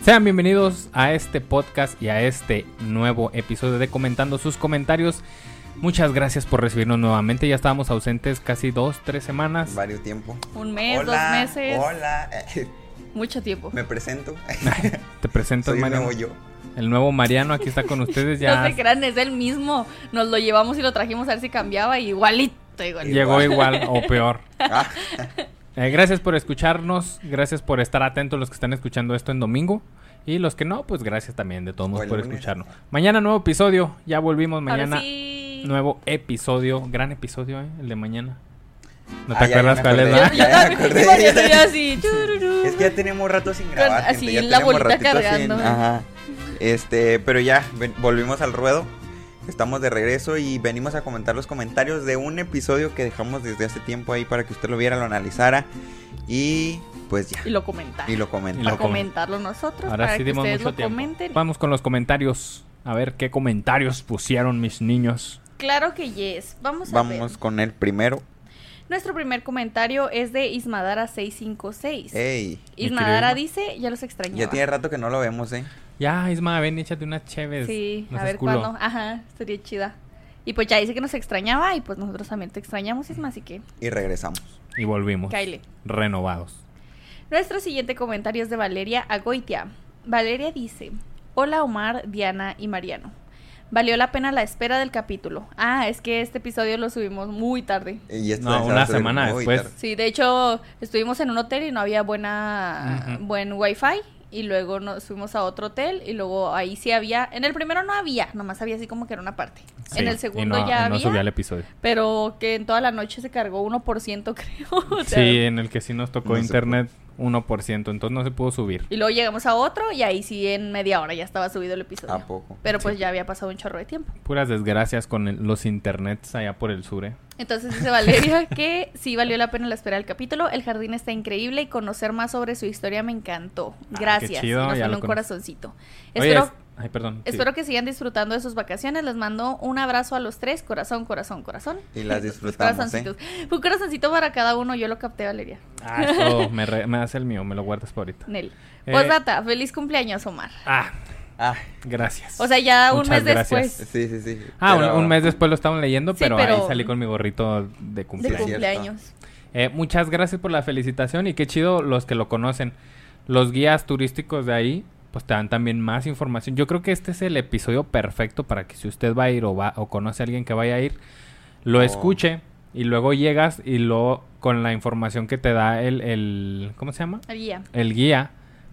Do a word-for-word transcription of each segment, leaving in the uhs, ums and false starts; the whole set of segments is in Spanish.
Sean bienvenidos a este podcast y a este nuevo episodio de Comentando sus Comentarios. Muchas gracias por recibirnos nuevamente. Ya estábamos ausentes casi dos, tres semanas. Varios tiempo. Un mes, Hola, dos meses. Hola. Mucho tiempo. Me presento. Te presento, Soy el Mariano. nuevo yo. El nuevo Mariano aquí está con ustedes ya. No se crean, es el mismo. Nos lo llevamos y lo trajimos a ver si cambiaba. Igualito, igualito. Llegó igual o peor. Ah, Eh, gracias por escucharnos. Gracias por estar atentos los que están escuchando esto en domingo. Y los que no, pues gracias también de todos modos el por lunes. escucharnos. Mañana nuevo episodio. Ya volvimos Ahora mañana. sí. Nuevo episodio. Gran episodio, ¿eh? El de mañana. ¿No te Ah, ya, acuerdas ya me cuál es, acordé. verdad? Yo Ya, ya me también. acordé. Y Mariano ya así. chururú. es que ya tenemos rato sin grabar. Con- gente, así ya la tenemos bolita ratito cargando. Ajá. Este, pero ya, ven- volvimos al ruedo. Estamos de regreso y venimos a comentar los comentarios de un episodio que dejamos desde hace tiempo ahí para que usted lo viera, lo analizara. Y pues ya. Y lo comentar. Y lo Y comenta. lo Para com- comentarlo nosotros. Ahora para sí que dimos ustedes mucho lo tiempo. comenten. Vamos con los comentarios. A ver qué comentarios pusieron mis niños. Claro que yes. Vamos a Vamos ver. con el primero. Nuestro primer comentario es de Ismadara seis cinco seis. Ey, Mi Ismadara querido dice, ya los extrañaba. ya tiene rato que no lo vemos, eh. Ya, Isma, ven, échate unas chéves. Sí, No a seas ver culo. cuándo. Ajá, sería chida. Y pues ya dice que nos extrañaba y pues nosotros también te extrañamos, Isma, así que Y regresamos. Y volvimos. cáile. Renovados. Nuestro siguiente comentario es de Valeria Agoitia. Valeria dice, hola Omar, Diana y Mariano. Valió la pena la espera del capítulo. Ah, es que este episodio lo subimos muy tarde. Y esto No, se va una a subir semana muy después. tarde. Sí, de hecho, estuvimos en un hotel y no había buena Ujú. buen wifi. Y luego nos fuimos a otro hotel y luego ahí sí había. En el primero no había, nomás había así como que era una parte. Sí, en el y segundo no, ya y no había, subía el episodio. pero que en toda la noche se cargó uno por ciento creo. O sea, Sí, en el que sí nos tocó No se internet uno por ciento, entonces no se pudo subir. y luego llegamos a otro y ahí sí en media hora ya estaba subido el episodio. ¿A poco? Pero pues Sí. ya había pasado un chorro de tiempo. Puras desgracias con el- los internets allá por el sur, ¿eh? Entonces dice Valeria que sí valió la pena la espera del capítulo. El jardín está increíble y conocer más sobre su historia me encantó. Ah, Gracias. qué chido, Y nos ya pone lo un conocí. corazoncito. Oye, Espero, es- Ay, perdón. sí. espero que sigan disfrutando de sus vacaciones. Les mando un abrazo a los tres. Corazón, corazón, corazón. Y las Los disfrutamos, ¿eh? corazoncitos. Un corazoncito para cada uno. Yo lo capté, Valeria. Ah, es todo. me, re- me das el mío, me lo guardas para ahorita. Nel. Eh, Postdata, feliz cumpleaños, Omar. Ah, Ah, gracias. O sea, ya un Muchas mes gracias. después sí, sí, sí. Ah, Pero- un, un mes después lo estaban leyendo, Sí, pero, pero- ahí salí con mi gorrito de de cumpleaños. cierto. cumpleaños. Eh, muchas gracias por la felicitación y qué chido los que lo conocen. Los guías turísticos de ahí, pues te dan también más información. Yo creo que este es el episodio perfecto para que si usted va a ir o va o conoce a alguien que vaya a ir, lo Oh. escuche y luego llegas y luego con la información que te da el, el ¿cómo se llama? El guía. El guía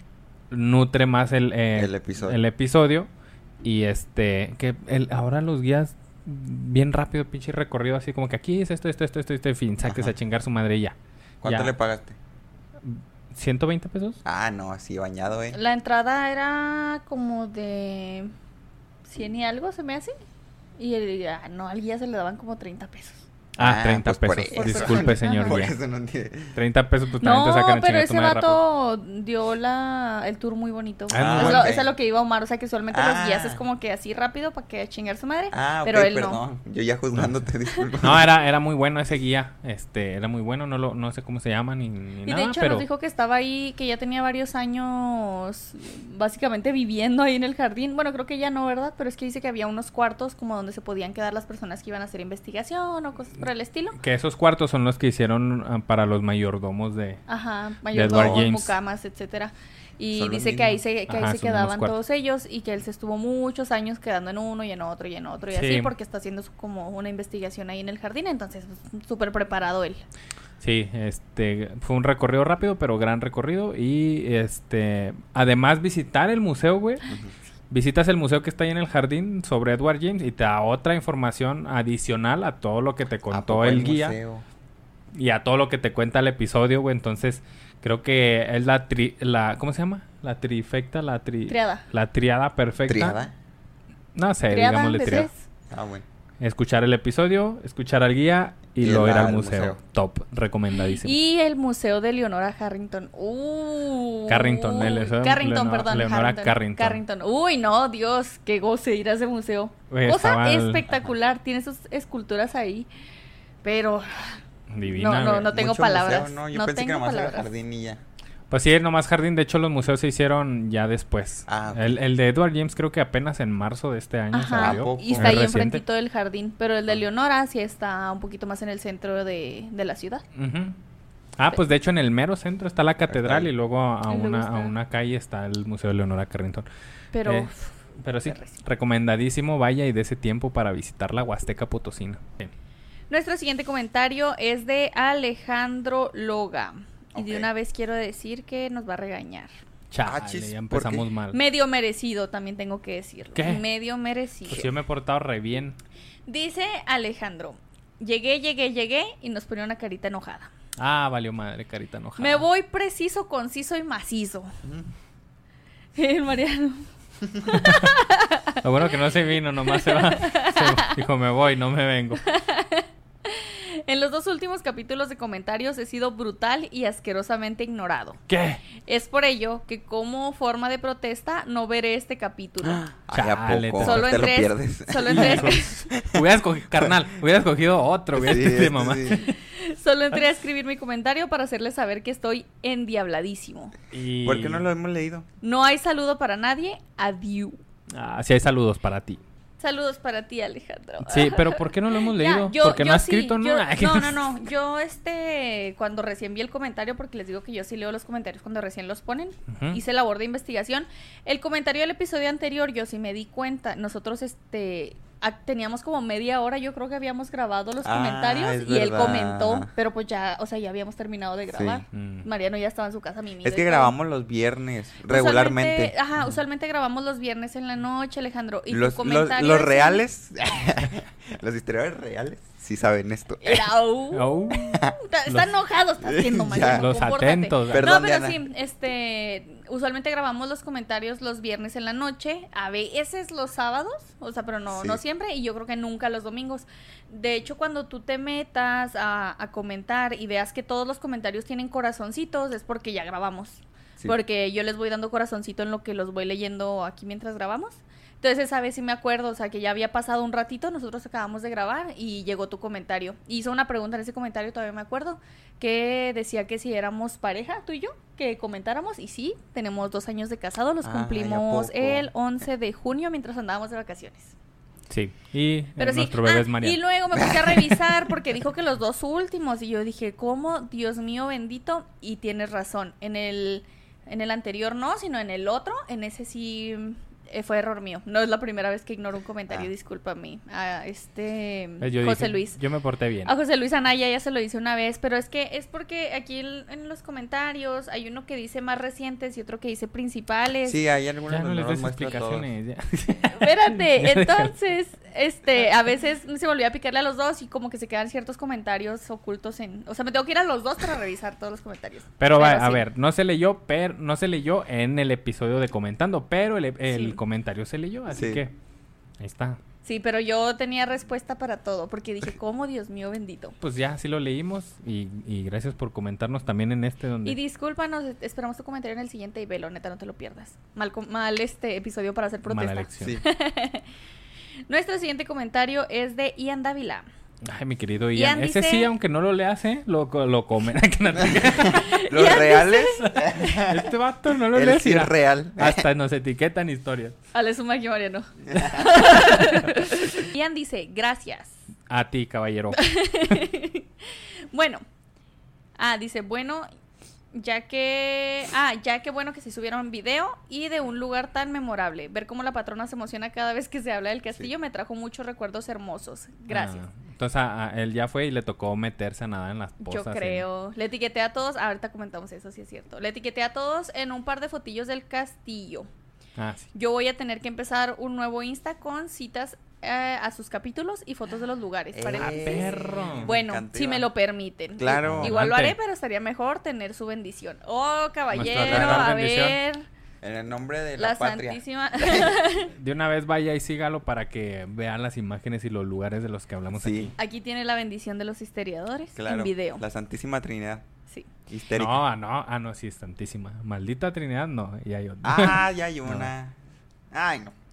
nutre más el, eh, El episodio. el episodio y este que el, ahora los guías bien rápido pinche recorrido así como que aquí es esto esto esto esto esto en fin saques Ajá. a chingar su madre y ya. ¿Cuánto Ya. le pagaste? ¿ciento veinte pesos? Ah, no, así bañado, eh. La entrada era como de cien y algo, se me hace. Y el, ah, no, al guía se le daban como treinta pesos. Ah, Ah, treinta pues por pesos. eso. Disculpe, señor Por guía. eso no tiene. treinta pesos pues también te No, sacan a pero chingar tu ese madre rápido. vato dio la, el tour muy bonito. Ah, muy es, bueno. lo, es a lo que iba Omar, o sea que usualmente los Ah. guías es como que así rápido para que chingar su madre. Ah, ok, pero él no. perdón. Yo ya juzgándote, disculpa. No, era, era muy bueno ese guía. Este, era muy bueno, no lo, no sé cómo se llama ni, ni Y nada, de hecho pero nos dijo que estaba ahí, que ya tenía varios años básicamente viviendo ahí en el jardín. Bueno, creo que ya no, ¿verdad? Pero es que dice que había unos cuartos como donde se podían quedar las personas que iban a hacer investigación o cosas por el estilo. que esos cuartos son los que hicieron ah, para los mayordomos de... Ajá, Edward mayordomos, James. mucamas, etcétera. Y Son los dice que ahí mismos. se, que ahí Ajá, se son unos quedaban cuartos. todos ellos y que él se estuvo muchos años quedando en uno y en otro y en otro y Sí. así porque está haciendo su- como una investigación ahí en el jardín, entonces pues, súper preparado él. Sí, este, fue un recorrido rápido, pero gran recorrido. Y este, además visitar el museo, güey. Visitas el museo que está ahí en el jardín sobre Edward James y te da otra información adicional a todo lo que te ¿A contó poco el hay guía. museo? Y a todo lo que te cuenta el episodio, güey. Entonces, creo que es la tri... La, ¿cómo se llama? La trifecta, la tri... Triada. La triada perfecta. ¿Triada? No sé, Triada digámosle de triada. tres. Ah, bueno. Escuchar el episodio, escuchar al guía y, Y luego ir la- al al museo. museo. Top, recomendadísimo. Y el museo de Leonora Harrington. Uh, Carrington, el- eso, Carrington, Leonora- perdón. Leonora Carrington. Carrington. Uy, no, Dios, qué goce ir a ese museo. Güey, Cosa estaba el- espectacular. Tiene sus esculturas ahí. Pero Divina, no, no, güey. no tengo Mucho palabras. museo, ¿no? Yo no pensé que tengo nomás era palabras. jardín y ya. Pues sí, nomás jardín. De hecho, los museos se hicieron ya después. Ah, ok. el, el de Edward James creo que apenas en marzo de este año Ajá, salió. poco? y Es está ahí reciente. enfrentito del jardín. Pero el de Leonora sí está un poquito más en el centro de, de la ciudad. Ujú. Ah, pues de hecho en el mero centro está la catedral Está. y luego a, Y luego una, está. a una calle está el Museo de Leonora Carrington. Pero... Eh, Pero sí, perrísimo. recomendadísimo, vaya y dese tiempo para visitar la Huasteca Potosina. Sí. Nuestro siguiente comentario es de Alejandro Loga. Y de Ok. una vez quiero decir que nos va a regañar. Chale, Ah, chis, ya ¿por empezamos qué? mal. Medio merecido, también tengo que decirlo. ¿Qué? Medio merecido. Pues yo me he portado re bien. Dice Alejandro, llegué, llegué, llegué y nos pone una carita enojada. Ah, valió madre, carita enojada. Me voy preciso, conciso y macizo. Mm. El Mariano. Lo bueno que no se vino, nomás se va. Se va. Dijo, me voy, no me vengo. En los dos últimos capítulos de comentarios he sido brutal y asquerosamente ignorado. ¿Qué? Es por ello que como forma de protesta no veré este capítulo. Ay, ¿a Chale, poco? Solo te en lo tres. pierdes. Solo en tres. Hubieras cogido, carnal, hubieras cogido otro, hubieras Sí, de este mamá. sí. Solo entré a escribir mi comentario para hacerles saber que estoy endiabladísimo. Y... ¿Por qué no lo hemos leído? No hay saludo para nadie. Adiós. Ah, sí hay saludos para ti. Saludos para ti, Alejandro. Sí, pero ¿por qué no lo hemos Ya, leído? yo- Porque no yo ha sí, escrito, ¿no? yo- Ay, no, no, no. Yo, este, cuando recién vi el comentario, porque les digo que yo sí leo los comentarios cuando recién los ponen, Ujú. hice labor de investigación. El comentario del episodio anterior, yo sí me di cuenta. Nosotros, este, a- teníamos como media hora, yo creo que habíamos grabado los Ah, comentarios es y él verdad. comentó, pero pues ya, o sea, ya habíamos terminado de grabar. Mm. Mariano ya estaba en su casa, mimido Es que y todo. grabamos los viernes, regularmente. Usualmente, ajá, usualmente grabamos los viernes en la noche, Alejandro. Y Los, tu los, comentario los ese- reales, los historiadores reales, sí saben esto. Era, uh, Oh. Está, está Los- enojado, está haciendo Ya. Mariano, Los compórtate. atentos. No, Perdón, pero Diana. sí, este, usualmente grabamos los comentarios los viernes en la noche, a veces los sábados, o sea, pero no, Sí. no siempre, y yo creo que nunca los domingos. De hecho, cuando tú te metas a, a comentar y veas que todos los comentarios tienen corazoncitos, es porque ya grabamos. Sí. Porque yo les voy dando corazoncito en lo que los voy leyendo aquí mientras grabamos. Entonces esa vez sí me acuerdo, o sea, que ya había pasado un ratito, nosotros acabamos de grabar y llegó tu comentario. Hizo una pregunta en ese comentario, todavía me acuerdo, que decía que si éramos pareja, tú y yo, que comentáramos. Y sí, tenemos dos años de casado, los Ay, ¿a cumplimos poco? el once de junio mientras andábamos de vacaciones. Sí, y Pero eh, sí, nuestro bebé ah, es Mariano. y luego me puse a revisar porque dijo que los dos últimos y yo dije, ¿cómo? Dios mío bendito, y tienes razón, en el, en el anterior no, sino en el otro, en ese sí eh, fue error mío, no es la primera vez que ignoro un comentario, Ah. discúlpame, a este Eh, yo José dije, Luis. Yo me porté bien. A José Luis Anaya ya se lo hice una vez, pero es que es porque aquí en, en los comentarios hay uno que dice más recientes y otro que dice principales. Sí, hay algunos Ya no donde les nos des muestra todos. explicaciones. ya. Espérate, Ya entonces, este, a veces se me olvida picarle a los dos y como que se quedan ciertos comentarios ocultos en, o sea, me tengo que ir a los dos para revisar todos los comentarios. Pero va, a sí. ver, no se leyó, pero no se leyó en el episodio de comentando, pero el, el Sí. comentario se leyó, así Sí. que ahí está. Sí, pero yo tenía respuesta para todo porque dije, ¿cómo, Dios mío bendito? Pues ya, sí lo leímos y, y gracias por comentarnos también en este donde... Y discúlpanos, esperamos tu comentario en el siguiente y velo, neta, no te lo pierdas. Mal, com- mal este episodio para hacer Mala protesta. lección. Sí. Nuestro siguiente comentario es de Ian Dávila. Ay, mi querido Ian Ian. Ese dice- sí, aunque no lo leas, ¿eh? Lo, lo comen. Que no te- Los Ya reales, este vato no lo él lees. sí mira. es real. Hasta nos etiquetan historias. Ale su magia, Mariano. Ian dice, gracias. A ti, caballero. Bueno. Ah, dice, bueno, ya que... Ah, ya que bueno que se subieron video y de un lugar tan memorable. Ver cómo la patrona se emociona cada vez que se habla del castillo me trajo muchos recuerdos hermosos. Gracias. Ah, entonces a, a él ya fue y le tocó meterse a nadar en las pozas. Yo en- creo. Le etiqueté a todos... Ahorita comentamos eso, sí es cierto. Le etiqueté a todos en un par de fotillos del castillo. Ah, sí. Yo voy a tener que empezar un nuevo Insta con citas eh, a sus capítulos y fotos de los lugares. Eh, Para- Ah, perro. Bueno, encanta, si me Iván. lo permiten. Claro. Igual lo Adelante. haré, pero estaría mejor tener su bendición. Oh, caballero, Nuestra a bendición. ver. En el nombre de la, La patria. Santísima. De una vez vaya y sígalo para que vean las imágenes y los lugares de los que hablamos Sí, aquí. Aquí tiene la bendición de los historiadores claro. en video. La Santísima Trinidad. Sí. Histérica. No, ah, no, ah, no, sí, es santísima. Maldita Trinidad, no, y hay otra. Ah, ya hay una. Ay, no.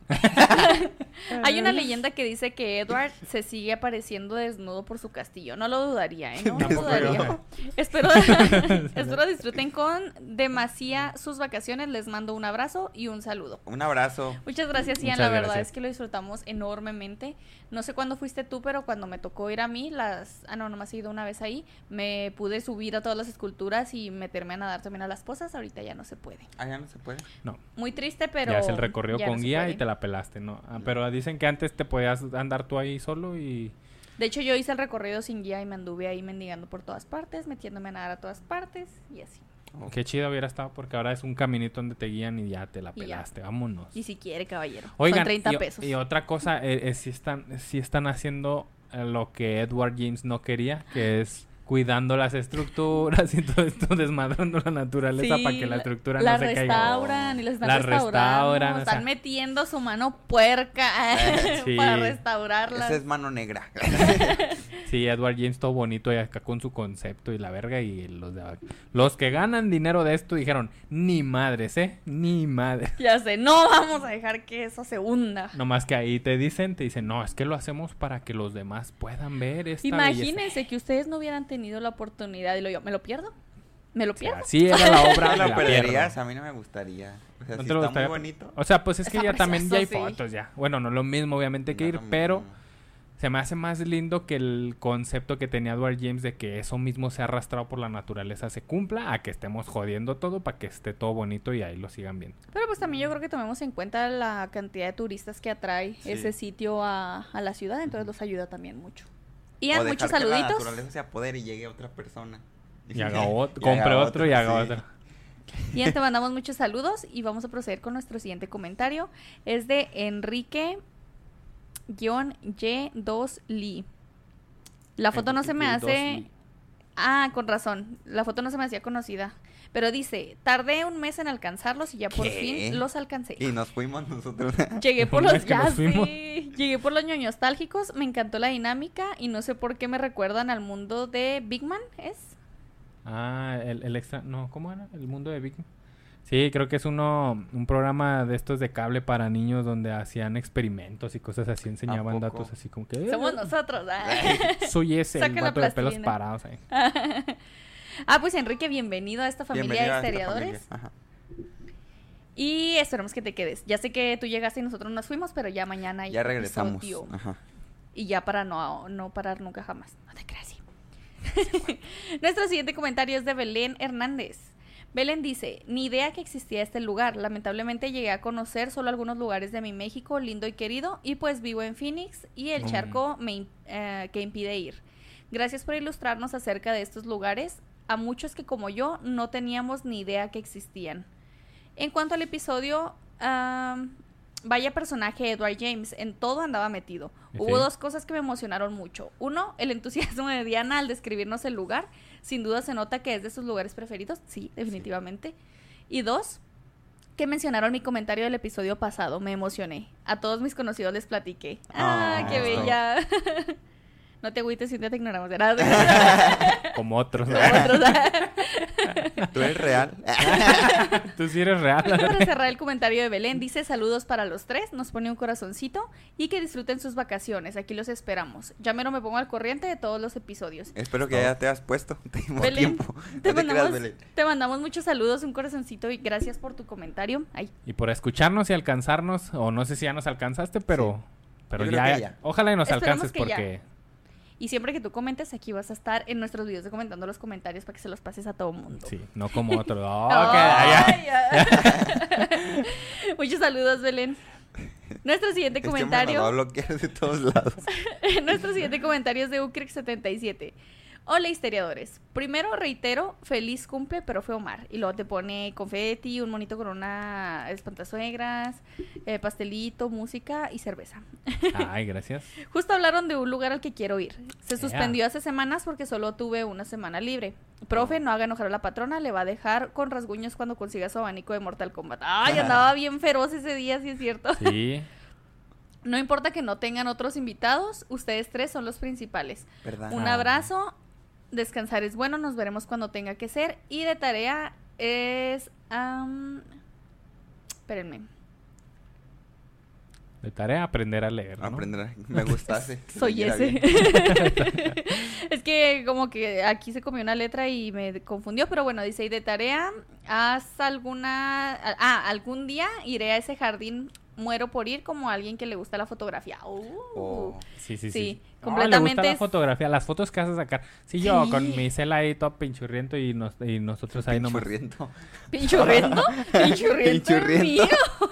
Hay una leyenda que dice que Edward se sigue apareciendo desnudo por su castillo. No lo dudaría, ¿eh? No lo dudaría. Espero, espero disfruten con demasía sus vacaciones. Les mando un abrazo y un saludo. Un abrazo. Muchas gracias, Ian. Muchas La verdad gracias. es que lo disfrutamos enormemente. No sé cuándo fuiste tú, pero cuando me tocó ir a mí, las... Ah, no, nomás he ido una vez ahí. Me pude subir a todas las esculturas y meterme a nadar también a las pozas. Ahorita ya no se puede. Ah, ya no se puede. No. Muy triste, pero... Ya es el recorrido ya con no se guía puede. y te la pelaste, ¿no? Ah, pero dicen que antes te podías andar tú ahí solo y... De hecho, yo hice el recorrido sin guía y me anduve ahí mendigando por todas partes, metiéndome a nadar a todas partes y así. Oh. Qué chido hubiera estado porque ahora es un caminito donde te guían y ya te la Y ya. pelaste. Vámonos. Y si quiere, caballero. Oigan, Son treinta y, pesos. y otra cosa, eh, eh, si están, si están haciendo eh, lo que Edward James no quería, que es cuidando las estructuras y todo esto, desmadrando la naturaleza Sí, para que la estructura la no se caiga. restauran y las están La restaurando. restauran, o Están sea. metiendo su mano puerca Sí. para restaurarlas. Esa es mano negra. Sí, Edward James todo bonito y acá con su concepto y la verga y los de los que ganan dinero de esto dijeron, ni madres, ¿eh? Ni madres. Ya sé, no vamos a dejar que eso se hunda. Nomás que ahí te dicen, te dicen, no, es que lo hacemos para que los demás puedan ver esta belleza". Imagínense que ustedes no hubieran tenido la oportunidad y lo yo, ¿me lo pierdo? ¿Me lo O sea, pierdo? así era la obra. ¿No me lo la perderías? pierdo. A mí no me gustaría. O sea, ¿No si te lo está muy gustaría? bonito. O sea, pues es que Está ya también ya hay precioso, sí. fotos ya. Bueno, no es lo mismo obviamente que No ir, es lo pero mismo. se me hace más lindo que el concepto que tenía Edward James de que eso mismo se ha arrastrado por la naturaleza se cumpla, a que estemos jodiendo todo para que esté todo bonito y ahí lo sigan viendo. Pero pues también yo creo que tomemos en cuenta la cantidad de turistas que atrae Sí. ese sitio a, a la ciudad, entonces los ayuda también mucho. O Ian, dejar muchos que la saluditos. naturaleza se apodere y llegue otra persona. Y haga otro, Y compre haga otro y haga sí. otro. Ian, te mandamos muchos saludos y vamos a proceder con nuestro siguiente comentario. Es de Enrique Y dos Lee. La foto no se me Enrique dos hace... Lee. Ah, con razón. La foto no se me hacía conocida. Pero dice, tardé un mes en alcanzarlos y ya por ¿Qué? fin los alcancé. Y nos fuimos nosotros. Llegué por Un los mes que ya nos fuimos. sé. Llegué por los ñoñostálgicos, me encantó la dinámica y no sé por qué me recuerdan al mundo de Big Man, ¿es? Ah, el, el extra... No, ¿cómo era? El mundo de Big... Sí, creo que es uno un programa de estos de cable para niños donde hacían experimentos y cosas así, enseñaban ¿A poco? datos así como que... "Eh, Somos nosotros. ¿ah? Soy ese, el Saca la vato de pelos plastilina. parados ahí. Ah, pues Enrique, bienvenido a esta familia Bienvenido de a esta historiadores. familia. Ajá. Y esperemos que te quedes. Ya sé que tú llegaste y nosotros nos fuimos, pero ya mañana hay Ya regresamos. episodio. Ajá. Y ya para no, no parar nunca jamás. No te creas. Sí. Nuestro siguiente comentario es de Belén Hernández. Belén dice, ni idea que existía este lugar. Lamentablemente llegué a conocer solo algunos lugares de mi México lindo y querido y pues vivo en Phoenix y el Mm. charco me im- eh, que impide ir. Gracias por ilustrarnos acerca de estos lugares, a muchos que como yo no teníamos ni idea que existían. En cuanto al episodio, am, vaya personaje Edward James, en todo andaba metido. Sí. Hubo dos cosas que me emocionaron mucho. Uno, el entusiasmo de Diana al describirnos el lugar. Sin duda se nota que es de sus lugares preferidos. Sí, definitivamente. Y dos, que mencionaron mi comentario del episodio pasado. Me emocioné. A todos mis conocidos les platiqué. ¡Ah, Ah, qué esto. bella! No te agüites, Cintia, te ignoramos de nada. Como otros. ¿no? Otros. ¿Tú eres real? Tú sí eres real. Para cerrar el comentario de Belén, dice saludos para los tres, nos pone un corazoncito y que disfruten sus vacaciones, aquí los esperamos. Ya mero me pongo al corriente de todos los episodios. Espero que ya te has puesto. Tenemos Belén, tiempo. No te, te creas, mandamos, Belén. te mandamos muchos saludos, un corazoncito y gracias por tu comentario. Ay, Y por escucharnos y alcanzarnos, o no sé si ya nos alcanzaste, pero, pero Yo creo ya, que ya. ojalá y nos Esperemos alcances que ya. porque y siempre que tú comentes, aquí vas a estar en nuestros videos de comentando los comentarios para que se los pases a todo mundo. sí, no como otro. Oh, Ay, que- ya. ay. Muchos saludos, Belén. Nuestro siguiente Este hombre comentario. nos va a bloquear de todos lados. Nuestro siguiente comentario es de Ucrix setenta y siete. Hola, historiadores. Primero reitero, feliz cumple, pero fue Omar. Y luego te pone confeti, un monito con una espantazuegras, eh, pastelito, música y cerveza. Ay, gracias. Justo hablaron de un lugar al que quiero ir. Se Ea. suspendió hace semanas porque solo tuve una semana libre. Profe, no haga enojar a la patrona, le va a dejar con rasguños cuando consiga su abanico de Mortal Kombat. Ay, andaba bien feroz ese día, sí es cierto. Sí. No importa que no tengan otros invitados, ustedes tres son los principales. ¿Verdad? Un Ah. abrazo, descansar es bueno, nos veremos cuando tenga que ser. Y de tarea es... am, espérenme. De tarea, aprender a leer, ¿no? Aprender a... Me gustase. Soy ese. Es que como que aquí se comió una letra y me confundió, pero bueno, dice, y de tarea, haz alguna... Ah, algún día iré a ese jardín, muero por ir, como alguien que le gusta la fotografía. Uh, Oh. Sí, sí, sí. sí, No, completamente. le gusta la es- fotografía, las fotos que haces sacar. Sí, yo Sí. con mi cel ahí todo pinchurriento y, nos, y nosotros ahí nomás. Pinchurriento. Pinchurriento, pinchurriento es Pinchurriento. mío.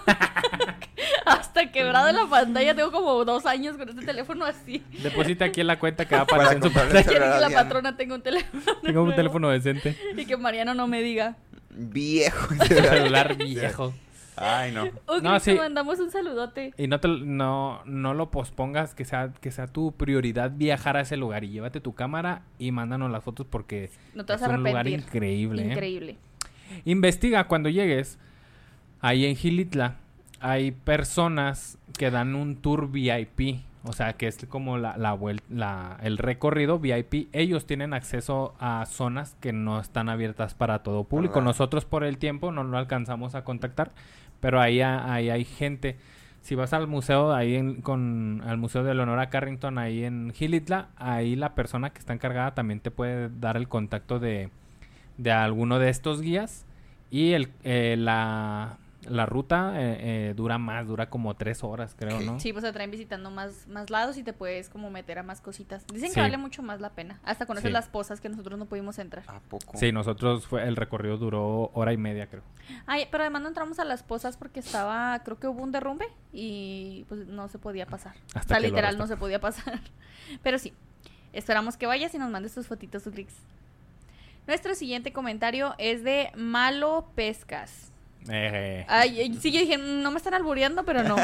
Hasta quebrado en la pantalla, tengo como dos años con este teléfono así. Deposita aquí en la cuenta que va a Para aparecer en su comprarle pantalla. Quiere que la Diana. patrona tenga un teléfono. Tengo un nuevo teléfono decente. Y que Mariano no me diga. Viejo. Celular viejo. Ay, no. Ok, No, sí. te mandamos un saludote. Y no, te, no, no lo pospongas, que sea, que sea tu prioridad viajar a ese lugar. Y llévate tu cámara y mándanos las fotos porque No te vas es a un lugar arrepentir. increíble. ¿eh? Increíble. Investiga cuando llegues. Ahí en Gilitla hay personas que dan un tour V I P. O sea, que es como la, la, vuel- la el recorrido V I P. Ellos tienen acceso a zonas que no están abiertas para todo público. ¿Verdad? Nosotros por el tiempo no lo alcanzamos a contactar. Pero ahí, ha- ahí hay gente. Si vas al museo, ahí en, con al Museo de Leonora Carrington, ahí en Gilitla, ahí la persona que está encargada también te puede dar el contacto de, de alguno de estos guías. Y el, eh, la, la ruta eh, eh, dura más, dura como tres horas, creo, Ok. ¿no? Sí, pues te traen visitando más, más lados y te puedes como meter a más cositas. Dicen Sí. que vale mucho más la pena. Hasta conocer Sí. las pozas que nosotros no pudimos entrar. ¿A poco? Sí, nosotros fue, el recorrido duró hora y media, creo. Ay, pero además no entramos a las pozas porque estaba, creo que hubo un derrumbe y pues no se podía pasar. Hasta o sea, que lo literal no restauró. se podía pasar. Pero sí, esperamos que vayas y nos mandes tus fotitos, tus clics. Nuestro siguiente comentario es de Malo Pescas. Eh, Ay, ay, sí, yo dije, no me están albureando, pero no.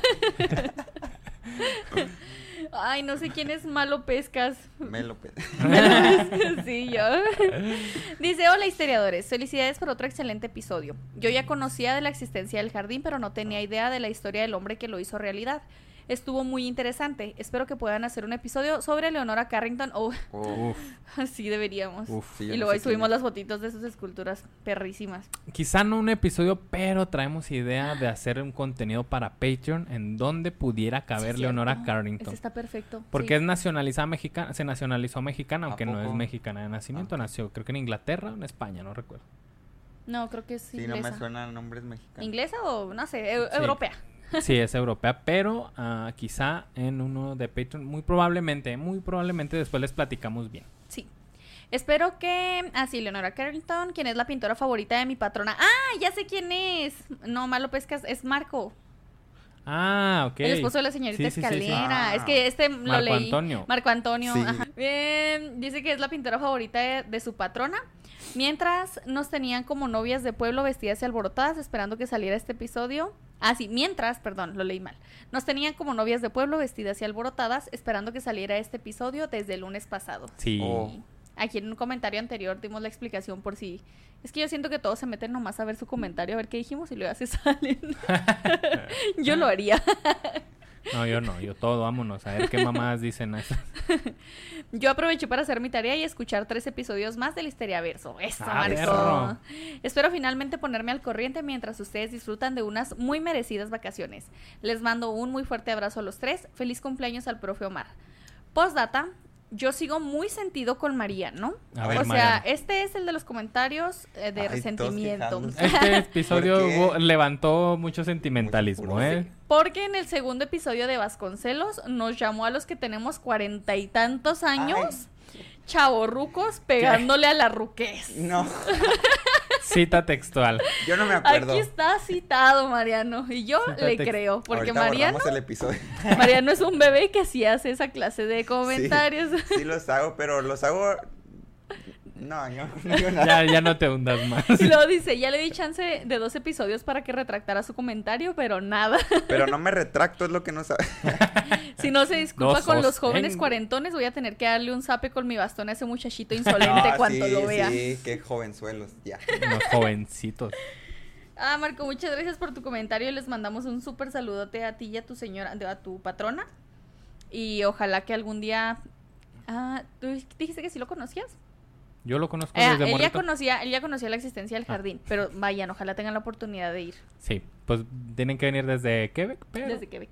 Ay, no sé quién es Malo Pescas. Me lo pe- Sí, yo. Dice, hola historiadores, felicidades por otro excelente episodio. Yo ya conocía de la existencia del jardín, pero no tenía idea de la historia del hombre que lo hizo realidad. Estuvo muy interesante. Espero que puedan hacer un episodio sobre Leonora Carrington. Oh, Oh, uf. sí deberíamos. Uf, sí, yo Y no luego sé ahí subimos quién las fotitos de sus esculturas perrísimas. Quizá no un episodio, pero traemos idea de hacer un contenido para Patreon en donde pudiera caber Sí, Leonora cierto. Carrington. Ese está perfecto. Porque sí. es nacionalizada mexicana, se nacionalizó mexicana, ¿A aunque no es poco? mexicana de nacimiento, Ah. nació creo que en Inglaterra o en España, no recuerdo. No, creo que es sí, inglesa. no me suenan nombres mexicanos. ¿Inglesa o no sé, eu- Sí. europea? Sí, es europea, pero ah, quizá en uno de Patreon, muy probablemente, muy probablemente después les platicamos bien. Sí. Espero que... Ah, sí, Leonora Carrington, quien es la pintora favorita de mi patrona. ¡Ah! Ya sé quién es. No, Malo Pescas, es Marco. Ah, ok. El esposo de la señorita Sí, sí, sí, sí. Escalera. Ah. Es que este lo Marco leí. Antonio. Marco Antonio. Sí. Ajá. Bien, dice que es la pintora favorita de, de su patrona. Mientras nos tenían como novias de pueblo vestidas y alborotadas, esperando que saliera este episodio. Ah, sí, mientras, perdón, lo leí mal. Nos tenían como novias de pueblo vestidas y alborotadas, esperando que saliera este episodio desde el lunes pasado. Sí. Oh. Aquí en un comentario anterior dimos la explicación por si... Es que yo siento que todos se meten nomás a ver su comentario, a ver qué dijimos y luego ya se salen. Yo lo haría. No, yo no, yo todo, vámonos, a ver qué mamás dicen eso. Yo aproveché para hacer mi tarea y escuchar tres episodios más del Histeriaverso. Eso, Ah, Marco. perro. Espero finalmente ponerme al corriente mientras ustedes disfrutan de unas muy merecidas vacaciones. Les mando un muy fuerte abrazo a los tres. Feliz cumpleaños al profe Omar. Postdata. Yo sigo muy sentido con Mariano. A ver, o sea, Mariano. este es el de los comentarios eh, de Ay, todos resentimiento. quejándose. Este episodio ¿Por qué? hubo- levantó mucho sentimentalismo, Mucho ¿eh? Porque en el segundo episodio de Vasconcelos nos llamó a los que tenemos cuarenta y tantos años, chavorrucos, pegándole a la ruquez. No, Cita textual. yo no me acuerdo. Aquí está citado Mariano y yo Cita le text- creo, porque Ahorita Mariano, borramos el episodio. Mariano es un bebé que sí hace esa clase de comentarios. Sí, sí los hago, pero los hago... No, yo no digo nada. Ya, ya no te hundas más. Y luego dice, ya le di chance de dos episodios para que retractara su comentario, pero nada. Pero no me retracto, es lo que no sabe. Si no se disculpa No con los jóvenes sostengo. cuarentones, voy a tener que darle un zape con mi bastón a ese muchachito insolente Ah, cuando sí, lo vea. Sí, qué jovenzuelos, ya. Unos jovencitos. Ah, Marco, muchas gracias por tu comentario. Les mandamos un súper saludote a ti y a tu señora, a tu patrona. Y ojalá que algún día... Ah, ¿tú dijiste que sí lo conocías? Yo lo conozco Eh, desde él, ya morrito. conocía, él ya conocía la existencia del Ah. jardín, pero vayan, ojalá tengan la oportunidad de ir Sí, pues tienen que venir desde Quebec, pero desde Quebec.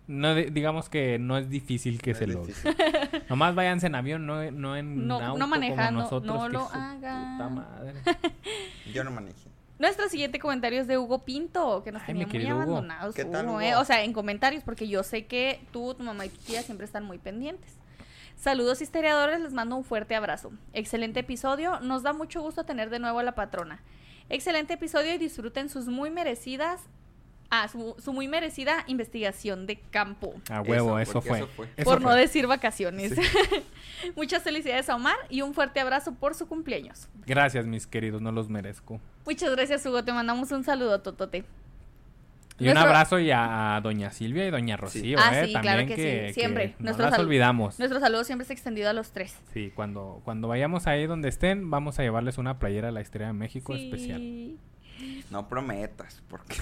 No, di- digamos que no es difícil que No se es logre. difícil. Nomás váyanse en avión, no, no en No- auto no manejando, como nosotros. no que lo su hagan. puta madre. Yo no manejé. Nuestro siguiente comentario es de Hugo Pinto, que nos Ay, tenía mi muy querido Hugo. abandonados. ¿Qué tal, Hugo, Hugo? eh. O sea, en comentarios, porque yo sé que tú, tu mamá y tu tía siempre están muy pendientes. Saludos historiadores, les mando un fuerte abrazo. Excelente episodio, nos da mucho gusto tener de nuevo a la patrona. Excelente episodio y disfruten sus muy merecidas, ah, su, su muy merecida investigación de campo. A huevo, Eso, eso, porque fue. eso fue. Eso por no fue. decir vacaciones. Muchas felicidades a Omar y un fuerte abrazo por su cumpleaños. Gracias, mis queridos, no los merezco. Muchas gracias, Hugo, te mandamos un saludo, Totote. Y un Nuestro- abrazo ya a doña Silvia y doña Rocío, Ah, eh, sí, también claro que sí, siempre. no Nuestro las sal- olvidamos. Nuestro saludo siempre es extendido a los tres. Sí, cuando, cuando vayamos ahí donde estén, vamos a llevarles una playera de la Historia de México Sí. especial. No prometas, porque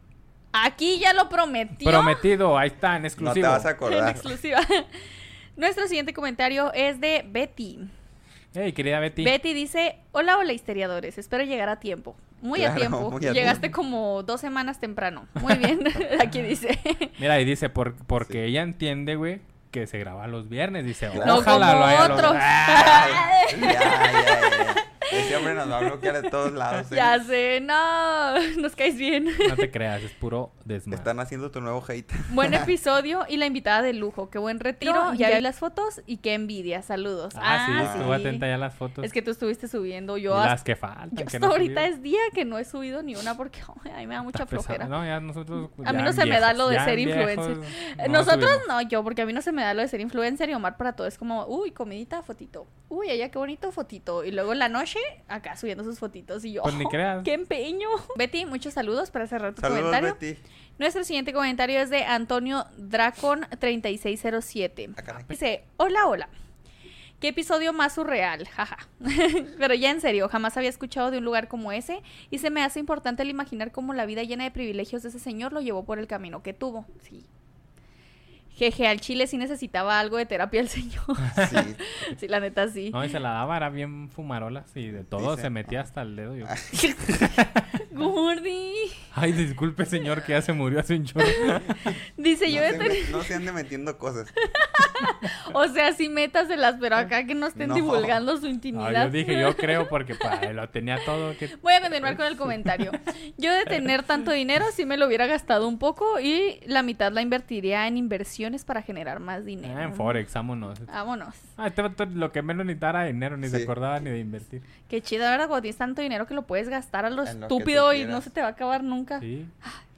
Aquí ya lo prometió. Prometido, ahí está, en no exclusivo. te vas a En acordar. exclusiva. Nuestro siguiente comentario es de Betty. Hey, querida Betty. Betty dice, hola, hola historiadores, espero llegar a tiempo. Muy a Claro, tiempo. muy a Llegaste tiempo. como dos semanas temprano. Muy bien, aquí dice. Mira, y dice, por, porque Sí. ella entiende, güey, que se graba los viernes. Dice, Claro. ojalá No lo haya como otros. logrado. Ay, ya, ya, ya. Ese hombre nos va a bloquear de todos lados. ¿eh? Ya sé, no, nos caes bien. No te creas, es puro desmadre. Están haciendo tu nuevo hate. Buen episodio y la invitada de lujo. Qué buen retiro. Ya vi las fotos y qué envidia. Saludos. Ah, sí, estuve atenta ya a las fotos. Es que tú estuviste subiendo. Y Yo las hasta, que faltan. yo que hasta no he ahorita subido. es día que no he subido ni una porque ay, a mí me da mucha Está pesado. flojera. No, ya nosotros. A mí ya no se me viejos, da lo de ya ser viejos, influencer. no Nosotros subimos. no, yo, porque a mí no se me da lo de ser influencer y Omar para todo es como, uy, comidita, fotito. Uy, allá qué bonito, fotito. Y luego en la noche, acá subiendo sus fotitos y yo, Pues ni "Oh, creas. ¡qué empeño! Betty, muchos saludos para cerrar tu Saludos, comentario. Betty. Nuestro siguiente comentario es de Antonio Dracon treinta y seis cero siete. Ah, caray. Dice, hola, hola. Qué episodio más surreal, jaja. Pero ya en serio, jamás había escuchado de un lugar como ese y se me hace importante el imaginar cómo la vida llena de privilegios de ese señor lo llevó por el camino que tuvo. Sí. Jeje, al chile sí necesitaba algo de terapia el señor. Sí. Sí, la neta sí. No, y se la daba, era bien fumarolas y de todo Dice- se metía hasta el dedo. Yo. Gordi. Ay, disculpe, señor, que ya se murió hace un chorro. Dice yo no, de se tener... me- no se ande metiendo cosas. O sea, sí métaselas, pero acá que no estén No. divulgando su Ah, intimidad. yo dije, yo creo, porque pa, lo tenía todo. Que... Voy a continuar con el comentario. Yo de tener tanto dinero sí me lo hubiera gastado un poco y la mitad la invertiría en inversiones para generar más dinero. Ah, en Forex, vámonos. Vámonos. Ah, este vato lo que menos necesitaba era dinero, ni se Sí. acordaba ni de invertir. Qué chido, ¿verdad? Cuando tienes tanto dinero que lo puedes gastar a lo En lo que estúpido tú y quieras. no se te va a acabar nunca. Sí.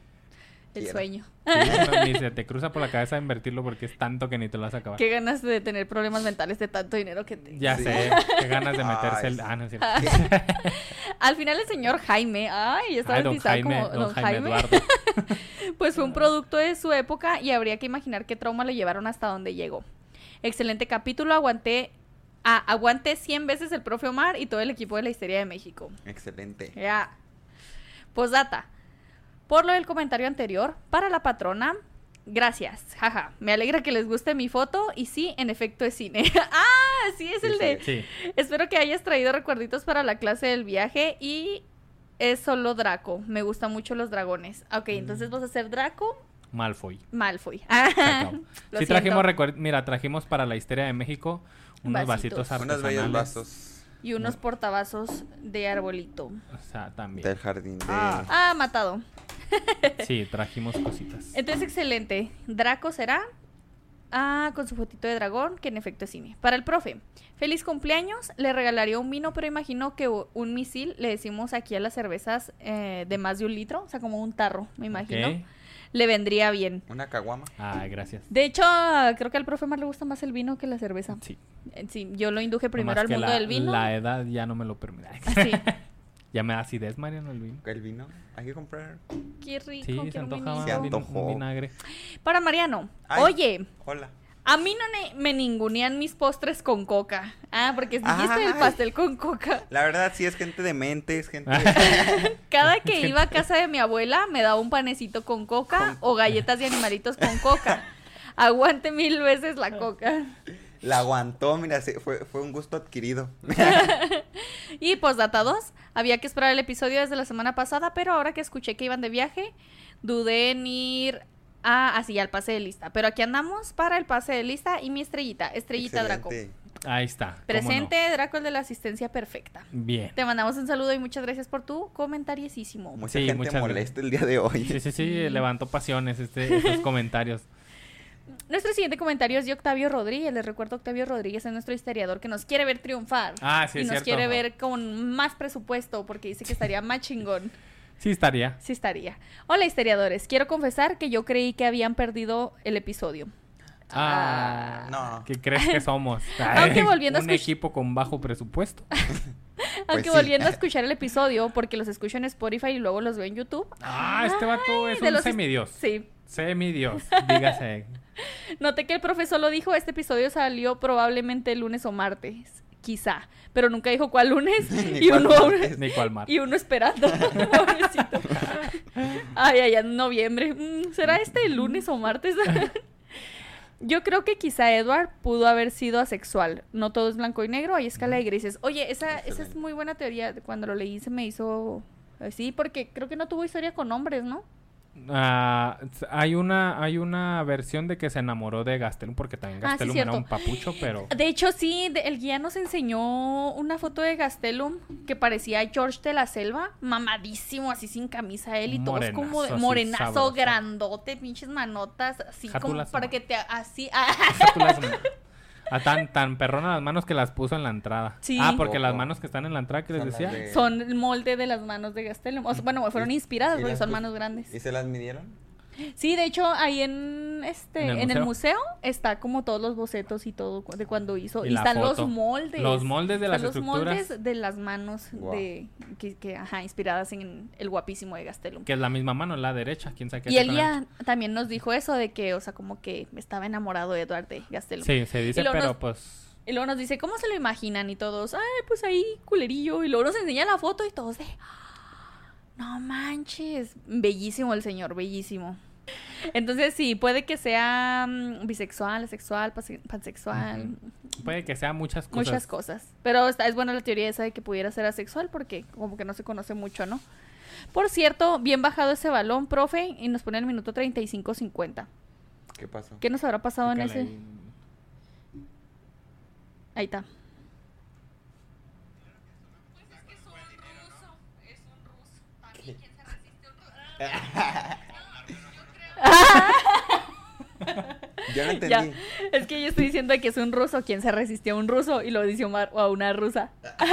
El Quiera. sueño. Sí, no, ni se te cruza por la cabeza invertirlo porque es tanto que ni te lo vas a acabar. Qué ganas de tener problemas mentales de tanto dinero que te... Ya Sí. sé, qué ganas de meterse Ay, el... sí. Ah, no es cierto. Al final el señor Jaime, ay, está Ay, don bautizado Jaime, como don Jaime Eduardo. Pues fue un producto de su época y habría que imaginar qué trauma le llevaron hasta donde llegó. Excelente capítulo, aguanté, ah, aguanté cien veces el profe Omar y todo el equipo de la Histeria de México. Excelente. Ya. Postdata. Por lo del comentario anterior, para la patrona, gracias, jaja. Me alegra que les guste mi foto y sí, en efecto es cine. Ah, sí, es Sí, el sí. de... Sí. Espero que hayas traído recuerditos para la clase del viaje y es solo Draco. Me gustan mucho los dragones. Ok, entonces vas a hacer Draco, Malfoy. Malfoy. Se acabó. Lo Sí, siento. trajimos recuer- Mira, trajimos para la Histeria de México unos Vasitos. vasitos Unos bellos artesanales. vasos Y unos portavasos de arbolito. O sea, también. del jardín de... Ah. Ah, matado. Sí, trajimos cositas. Entonces, excelente. Draco será. Ah, con su fotito de dragón, que en efecto es cine. Para el profe, feliz cumpleaños. Le regalaría un vino, pero imagino que u- un misil, le decimos aquí a las cervezas eh, de más de un litro, o sea, como un tarro, me imagino. Ok. Le vendría bien. Una caguama. Ay, gracias. De hecho, creo que al profe más le gusta más el vino que la cerveza. Sí. Eh, Sí, yo lo induje primero Nomás al que mundo la, del vino. La edad ya no me lo permite. Sí. Ya me da acidez, Mariano, el vino. El vino. Hay que comprar. Qué rico. Sí, se quiero un antojaba Se vinito. vin- antojó. un vinagre. Para Mariano. Ay. Oye, Hola. a mí no ne- me ningunean mis postres con coca. Ah, porque dijiste el Ay. pastel con coca. La verdad, sí es gente de mente, es gente... Cada que iba a casa de mi abuela me daba un panecito con coca o galletas de animalitos con coca. Aguante mil veces la coca. La aguantó, mira, se- fue, fue un gusto adquirido. Y postdata dos, había que esperar el episodio desde la semana pasada, pero ahora que escuché que iban de viaje, dudé en ir Ah, así, ya el pase de lista. Pero aquí andamos para el pase de lista y mi estrellita, estrellita Draco. Excelente. Ahí está. Presente, no? Draco, el de la asistencia perfecta. Bien. Te mandamos un saludo y muchas gracias por tu comentariesísimo. Mucha Sí, gente muchas molesta el día de hoy. Sí, sí, sí, levantó pasiones este, estos comentarios. Nuestro siguiente comentario es de Octavio Rodríguez. Les recuerdo, Octavio Rodríguez es nuestro historiador que nos quiere ver triunfar. Ah, sí, y es nos cierto. quiere ver con más presupuesto porque dice que estaría más chingón. Sí estaría. Sí estaría. Hola, historiadores. Quiero confesar que yo creí que habían perdido el episodio. Ah, no. ¿Qué crees que somos? Aunque volviendo a un escuch- equipo con bajo presupuesto. Aunque sí. volviendo a escuchar el episodio, porque los escucho en Spotify y luego los veo en YouTube. Ah, este vato es de un los- semidios. Sí. Semidios, dígase. Noté que el profesor lo dijo, este episodio salió probablemente el lunes o martes. Quizá. Pero nunca dijo cuál lunes. Ni y, cuál uno, martes. Ni cual mar. y uno esperando. Pobrecito. Ay, ay, en noviembre. Mm, ¿Será este el lunes o martes? Yo creo que quizá Edward pudo haber sido asexual. No todo es blanco y negro, hay escala de grises. Oye, esa, esa es muy buena teoría. Cuando lo leí se me hizo así, porque creo que no tuvo historia con hombres, ¿no? Ah, hay una hay una versión de que se enamoró de Gastelum porque también Ah, sí, Gastelum era cierto. un papucho, pero De hecho, sí, de- el guía nos enseñó una foto de Gastelum que parecía George de la Selva, mamadísimo, así sin camisa él y todos Morenazo, como de así, morenazo, sabroso. grandote, pinches manotas, así como Jatulas, para ma- que te así. ah, tú las- a tan tan perrona las manos que las puso en la entrada. Sí. Ah, porque Ojo. las manos que están en la entrada que les Son las decía. de- Son el molde de las manos de Gastelum. O sea, bueno, fueron ¿Y- inspiradas y porque las son pus- manos grandes. ¿Y se las midieron? Sí, de hecho, ahí en este ¿En el en el museo está como todos los bocetos y todo cu- de cuando hizo. Y Y, la están foto. los moldes. Los moldes de Están las los estructuras. moldes de las manos Guau. de que, que, ajá, inspiradas en el guapísimo de Gastelum. Que es la misma mano, la derecha, quién sabe qué. Y hace con Elia también nos dijo eso de que, o sea, como que estaba enamorado de Edward de Gastelum. Sí, se dice, Y luego pero nos- pues Y luego nos dice, ¿cómo se lo imaginan? Y todos, ay, pues ahí, culerillo. Y luego nos enseña la foto y todos de, no manches. Bellísimo el señor, bellísimo. Entonces, sí, puede que sea mm, bisexual, asexual, pase- pansexual, puede que sea muchas cosas. muchas cosas. Pero está, es buena la teoría esa de que pudiera ser asexual porque como que no se conoce mucho, ¿no? Por cierto, bien bajado ese balón, profe, y nos pone el minuto treinta y cinco cincuenta. ¿Qué pasó? ¿Qué nos habrá pasado en Pícale ese? ahí. Ahí está. Yo no entendí. Ya, es que yo estoy diciendo que es un ruso. ¿Quién se resistió a un ruso? Y lo dice Omar, o a una rusa.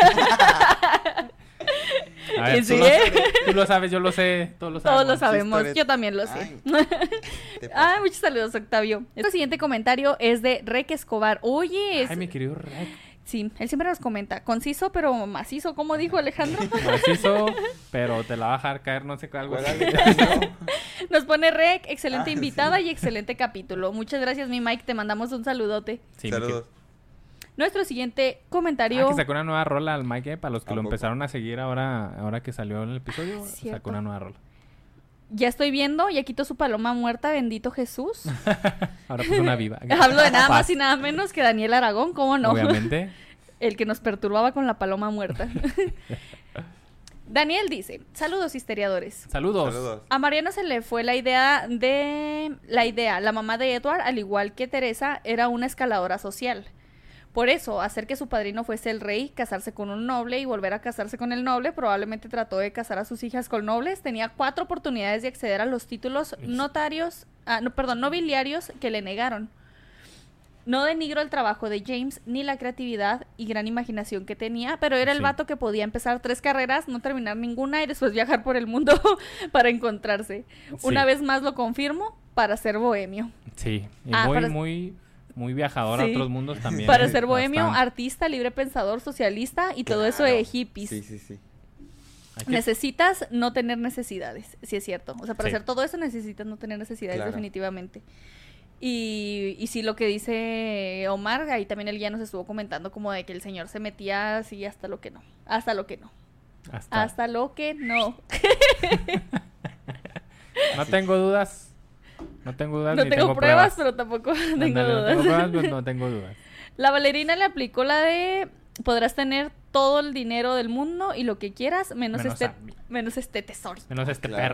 A ver, ¿Y tú, sí, lo, eh? tú lo sabes, yo lo sé, todos lo Todos sabemos. lo sabemos. historia- Yo también lo sé. Ay, ¿qué pasa? Ah, muchos saludos, Octavio. El siguiente comentario es de Rek Escobar. Oye, es... Ay, mi querido Rek. sí, él siempre nos comenta. Conciso, pero macizo, como dijo Alejandro. Macizo, pero te la va a dejar caer, no sé qué, algo ¿Cuál así. Alejandro? Nos pone Rek, excelente Ah, invitada sí. y excelente capítulo. Muchas gracias, mi Mike. Te mandamos un saludote. Sí, mi Saludos. Nuestro siguiente que- comentario. Ah, que sacó una nueva rola al Mike, eh, para los que ¿A lo poco? empezaron a seguir ahora, ahora que salió en el episodio, Cierto. sacó una nueva rola. Ya estoy viendo, ya quitó su paloma muerta, bendito Jesús. Ahora pues una viva. Hablo de nada más Paz, y nada menos que Daniel Aragón, ¿cómo no? Obviamente. El que nos perturbaba con la paloma muerta. Daniel dice, saludos histeriadores. Saludos. Saludos. A Mariano se le fue la idea de... La idea, la mamá de Edward, al igual que Teresa, era una escaladora social. Por eso, hacer que su padrino fuese el rey, casarse con un noble y volver a casarse con el noble, probablemente trató de casar a sus hijas con nobles. Tenía cuatro oportunidades de acceder a los títulos notarios, ah, no, perdón, nobiliarios que le negaron. No denigro el trabajo de James ni la creatividad y gran imaginación que tenía, pero era el Sí. vato que podía empezar tres carreras, no terminar ninguna y después viajar por el mundo para encontrarse. Una Sí. vez más lo confirmo, para ser bohemio. Sí, y Ah, muy, para- muy, muy viajador Sí. a otros mundos también. Para eh, ser bohemio, bastante. artista, libre pensador, socialista y todo eso de Claro. hippies. Sí, sí, sí. Hay que- Necesitas no tener necesidades, sí es cierto. O sea, para Sí. hacer todo eso necesitas no tener necesidades Claro. definitivamente. Y, y sí, lo que dice Omar, ahí también el guía nos estuvo comentando como de que el señor se metía así hasta lo que no. Hasta lo que no. hasta- Hasta lo que no. No tengo dudas. No tengo dudas No ni tengo, tengo pruebas, pruebas. pero tampoco tengo Ándale, no dudas. tengo pruebas, pues no tengo dudas. La bailarina le aplicó la de podrás tener todo el dinero del mundo y lo que quieras, menos, Menos este a mí. menos este tesoro. Menos este Claro. perro.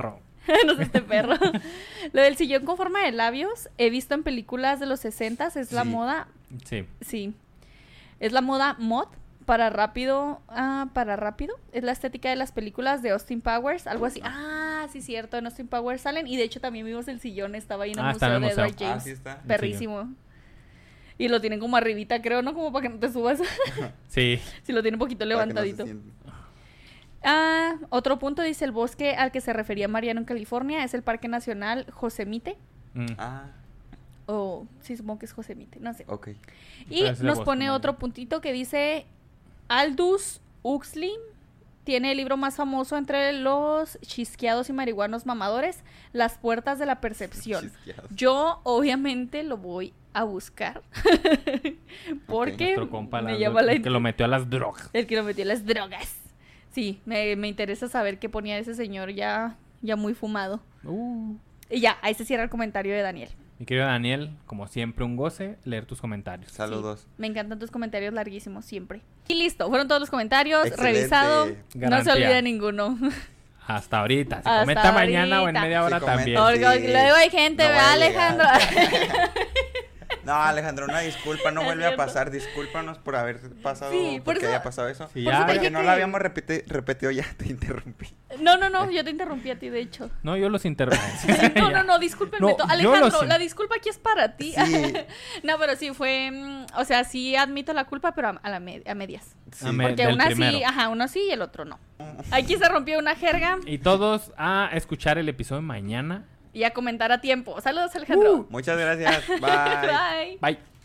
No sé este perro. Lo del sillón con forma de labios, he visto en películas de los sesentas, es la Sí. moda. Sí. Sí. Es la moda mod para rápido. Ah, para rápido. Es la estética de las películas de Austin Powers, algo así. Ah, sí, cierto. En Austin Powers salen. Y de hecho también vimos el sillón, estaba ahí en el Ah, está museo en de el museo. Edward James. Ah, sí está. Perrísimo. Y lo tienen como arribita, creo, ¿no? Como para que no te subas. Sí. Si lo tiene un poquito Para que no se levantadito. sienten. Ah, otro punto dice: el bosque al que se refería Mariano en California es el Parque Nacional Yosemite. Mm. Ah, O sí, supongo que es Yosemite, no sé. ok. Y Entonces, de nos bosque, pone ¿no? otro puntito que dice: Aldous Huxley tiene el libro más famoso entre los chisqueados y marihuanos mamadores, Las puertas de la percepción. Chisqueados. Yo obviamente lo voy a buscar porque Nuestro compa, me la- llama la el que lo metió a las drogas. el que lo metió en las drogas. Sí, me, me interesa saber qué ponía ese señor ya, ya muy fumado. Uh. Y ya, ahí se cierra el comentario de Daniel. Mi querido Daniel, como siempre, un goce leer tus comentarios. Saludos. Sí, me encantan tus comentarios larguísimos, siempre. Y listo, fueron todos los comentarios, Excelente. revisado. No Garantía. se olvide ninguno. Hasta ahorita. Se Hasta comenta mañana o en ahorita. media hora Se comenta. también. Ahorita. Porque Sí. luego hay gente, No ¿verdad, voy a llegar. Alejandro? No, Alejandro, una disculpa, no Es vuelve a cierto. pasar. Discúlpanos por haber pasado, Sí, por porque eso- haya pasado eso. Sí, por ya. eso te Porque dije no que- lo habíamos repite- repetido, ya te interrumpí. No, no, no, yo te interrumpí a ti, de hecho. No, yo los interrumpí. No, no, no, discúlpenme. No, to- yo Alejandro, lo sé. la disculpa aquí es para ti. Sí. No, pero sí, fue... mm, O sea, sí admito la culpa, pero a, a la me- a medias. Sí. A me- Porque del una primero. sí, ajá, uno sí y el otro no. Aquí se rompió una jerga Y todos a escuchar el episodio mañana. y a comentar a tiempo. Saludos, Alejandro. Muchas gracias. Bye. Bye. Bye.